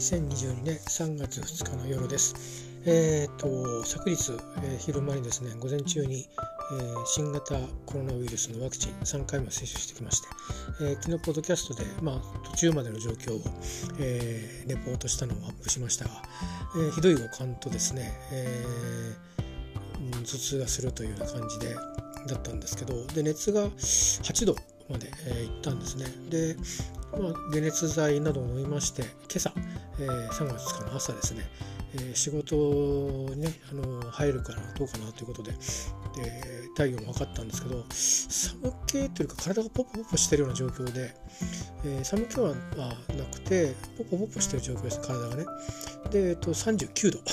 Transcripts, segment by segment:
2022年3月2日の夜です。昨日、昼間にですね、午前中に、新型コロナウイルスのワクチン3回目接種してきまして、昨日ポッドキャストで、途中までの状況を、レポートしたのをアップしましたが、ひどい悪寒とですね、頭痛がするというような感じだったんですけど、で熱が8度まで、行ったんですね。で、解熱剤などを飲みまして、今朝、3月2日の朝ですね、仕事にね入るからどうかなということで、体温を測ったんですけど、寒気というか体がポポポポしているような状況で、寒気はなくてポポポポしている状況です、体がね。で、39度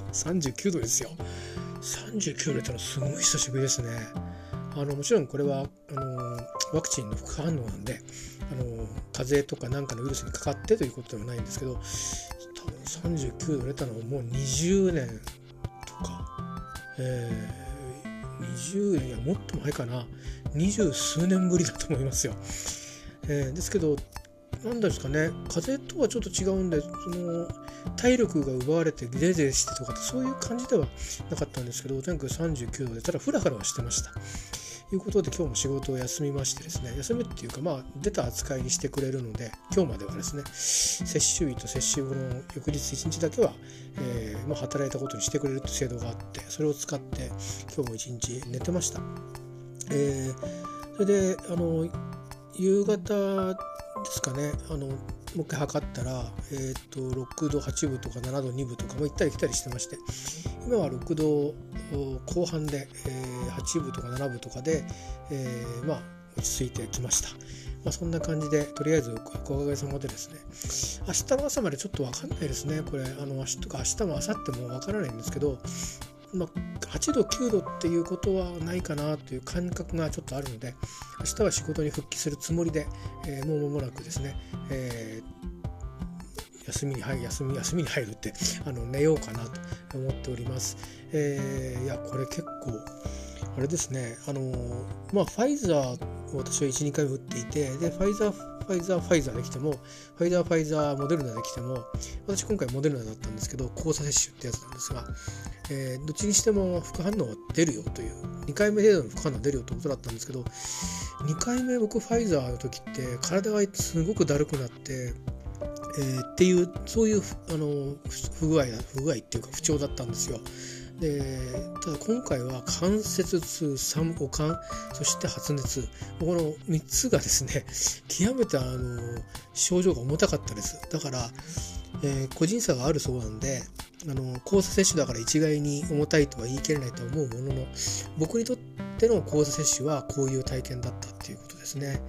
39度ですよ。39度ってのはすごい久しぶりですね。もちろんこれはワクチンの副反応なんで、風邪とかなんかのウイルスにかかってということではないんですけど、多分39度出たのはもう20年とか、20年、いやもっと前かな、20数年ぶりだと思いますよ。ですけど、なんですかね、風邪とはちょっと違うんで、体力が奪われてゼーゼーしてとかってそういう感じではなかったんですけど、とにかく39度でただフラフラはしてました。ということで、今日も仕事を休みましてですね、休みっていうか出た扱いにしてくれるので、今日まではですね、接種日と接種後の翌日1日だけは、働いたことにしてくれるという制度があって、それを使って今日も1日寝てました。それで夕方ですかね、もう一回測ったら、6度8分とか7度2分とかも行ったり来たりしてまして、今は6度後半で、8分とか7分とかで、落ち着いてきました。そんな感じで、とりあえずおかげさまでですね、明日の朝までちょっと分かんないですね。これ明日も明後日も分からないんですけど、8度9度っていうことはないかなという感覚がちょっとあるので、明日は仕事に復帰するつもりで、もう間もなくですね、休みに入るって寝ようかなと思っております。いやこれ結構あれですね、ファイザーを私は 1,2 回打っていて、でファイザーできてもファイザーモデルナできても、私今回モデルナだったんですけど、交差接種ってやつなんですが、どっちにしても副反応は出るよという、2回目程度の副反応出るよということだったんですけど、2回目僕ファイザーの時って体がすごくだるくなって、っていうそういう不具合っていうか不調だったんですよ。でただ今回は関節痛、悪寒、そして発熱、この3つがですね、極めて症状が重たかったです。だから、個人差があるそうなんで、交差接種だから一概に重たいとは言い切れないと思うものの、僕にとっての交差接種はこういう体験だったっていうことですね。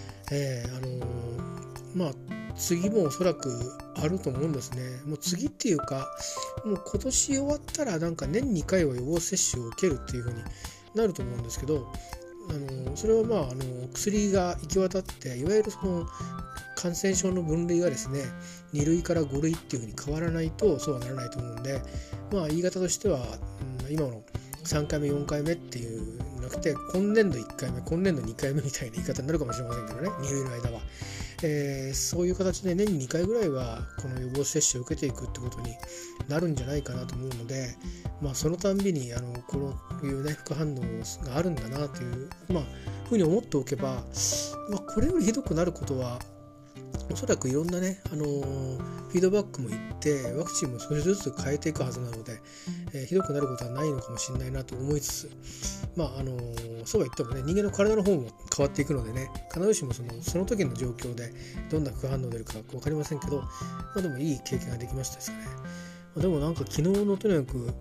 次もおそらくあると思うんですね。もう次っていうか、もう今年終わったらなんか年2回は予防接種を受けるっていう風になると思うんですけど、それは薬が行き渡って、いわゆるその感染症の分類がですね、2類から5類っていう風に変わらないとそうはならないと思うんで、言い方としては、今の3回目4回目っていうなくて、今年度1回目今年度2回目みたいな言い方になるかもしれませんけどね、2類の間は。そういう形で年に2回ぐらいはこの予防接種を受けていくってことになるんじゃないかなと思うので、そのたんびにこういうね副反応があるんだなというふうに思っておけば、これよりひどくなることはおそらくいろんなね、フィードバックもいってワクチンも少しずつ変えていくはずなので、ひどくなることはないのかもしれないなと思いつつ、そうは言ってもね、人間の体の方も変わっていくのでね、必ずしもその時の状況でどんな副反応出るか分かりませんけど、でもいい経験ができましたですかね。でもなんか昨日のとにかく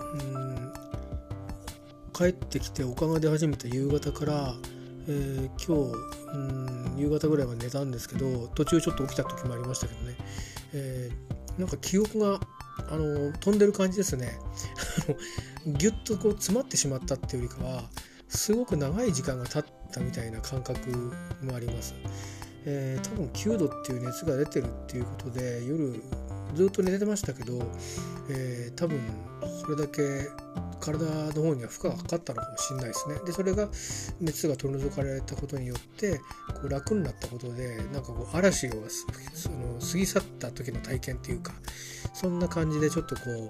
帰ってきておかが出始めた夕方から、今日夕方ぐらいまで寝たんですけど、途中ちょっと起きた時もありましたけどね、なんか記憶が飛んでる感じですね。ギュッとこう詰まってしまったっていうよりかは、すごく長い時間が経ったみたいな感覚もあります。多分9度っていう熱が出てるっていうことで、夜ずっと寝てましたけど、多分それだけ体の方には負荷がかかったのかもしれないですね。でそれが熱が取り除かれたことによってこう楽になったことで、なんかこう嵐を過ぎ去った時の体験っていうか、そんな感じでちょっとこう、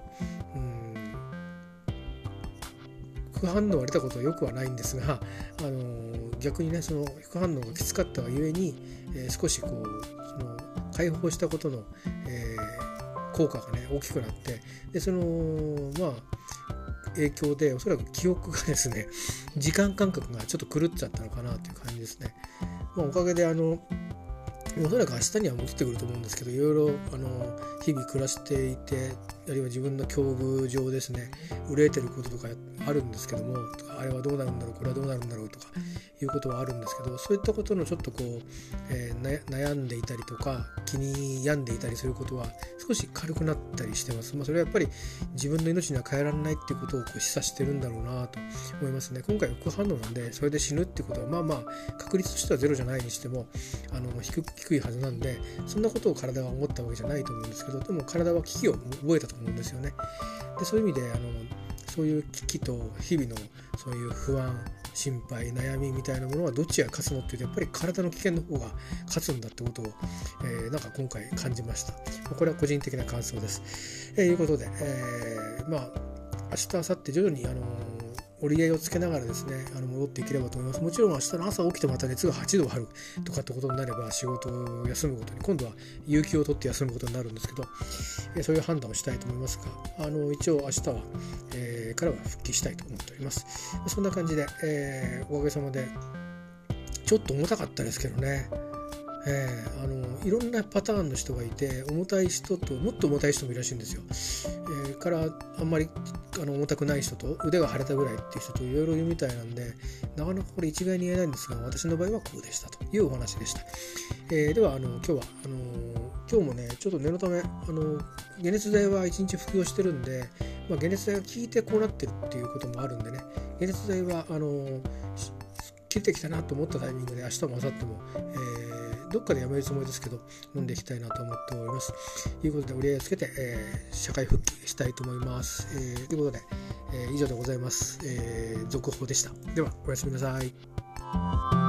副反応が出たことはよくはないんですが、逆にねその副反応がきつかったがゆえに、少しこうその解放したことの、効果がね大きくなって、でその影響でおそらく記憶がですね、時間感覚がちょっと狂っちゃったのかなという感じですね。おかげでおそらく明日には戻ってくると思うんですけど、いろいろ日々暮らしていて、あるいは自分の境遇上ですね、憂えてることとかあるんですけども、あれはどうなるんだろう、これはどうなるんだろうとかいうことはあるんですけど、そういったことのちょっとこう、悩んでいたりとか気に病んでいたりすることは少し軽くなったりしてます。それはやっぱり自分の命には変えられないっていうことをこう示唆してるんだろうなと思いますね。今回副反応なんで、それで死ぬっていうことは確率としてはゼロじゃないにしても低いはずなんで、そんなことを体が思ったわけじゃないと思うんですけど、でも体は危機を覚えたと思うんですよね。でそういう意味でそういう危機と日々のそういう不安、心配、悩みみたいなものはどっちが勝つのっていうと、やっぱり体の危険の方が勝つんだってことを、なんか今回感じました。これは個人的な感想です。いうことで、明日明後日徐々に折り合いをつけながらですね戻っていければと思います。もちろん明日の朝起きてまた熱が8度あるとかってことになれば、仕事を休むことに、今度は有給を取って休むことになるんですけど、そういう判断をしたいと思いますが、一応明日は、からは復帰したいと思っております。そんな感じで、おかげさまでちょっと重たかったですけどね、いろんなパターンの人がいて、重たい人ともっと重たい人もいらっしゃるんですよ。からあんまり重たくない人と腕が腫れたぐらいっていう人といろいろいるみたいなんで、なかなかこれ一概に言えないんですが、私の場合はこうでしたというお話でした。では今日もねちょっと念のため解熱剤は1日服用してるんで、解熱剤が効いてこうなってるっていうこともあるんでね、解熱剤は切ってきたなと思ったタイミングで明日も明後日も、どっかでやめるつもりですけど飲んでいきたいなと思っております。ということで折り合いをつけて、社会復帰したいと思います。ということで、以上でございます。続報でした。ではおやすみなさい。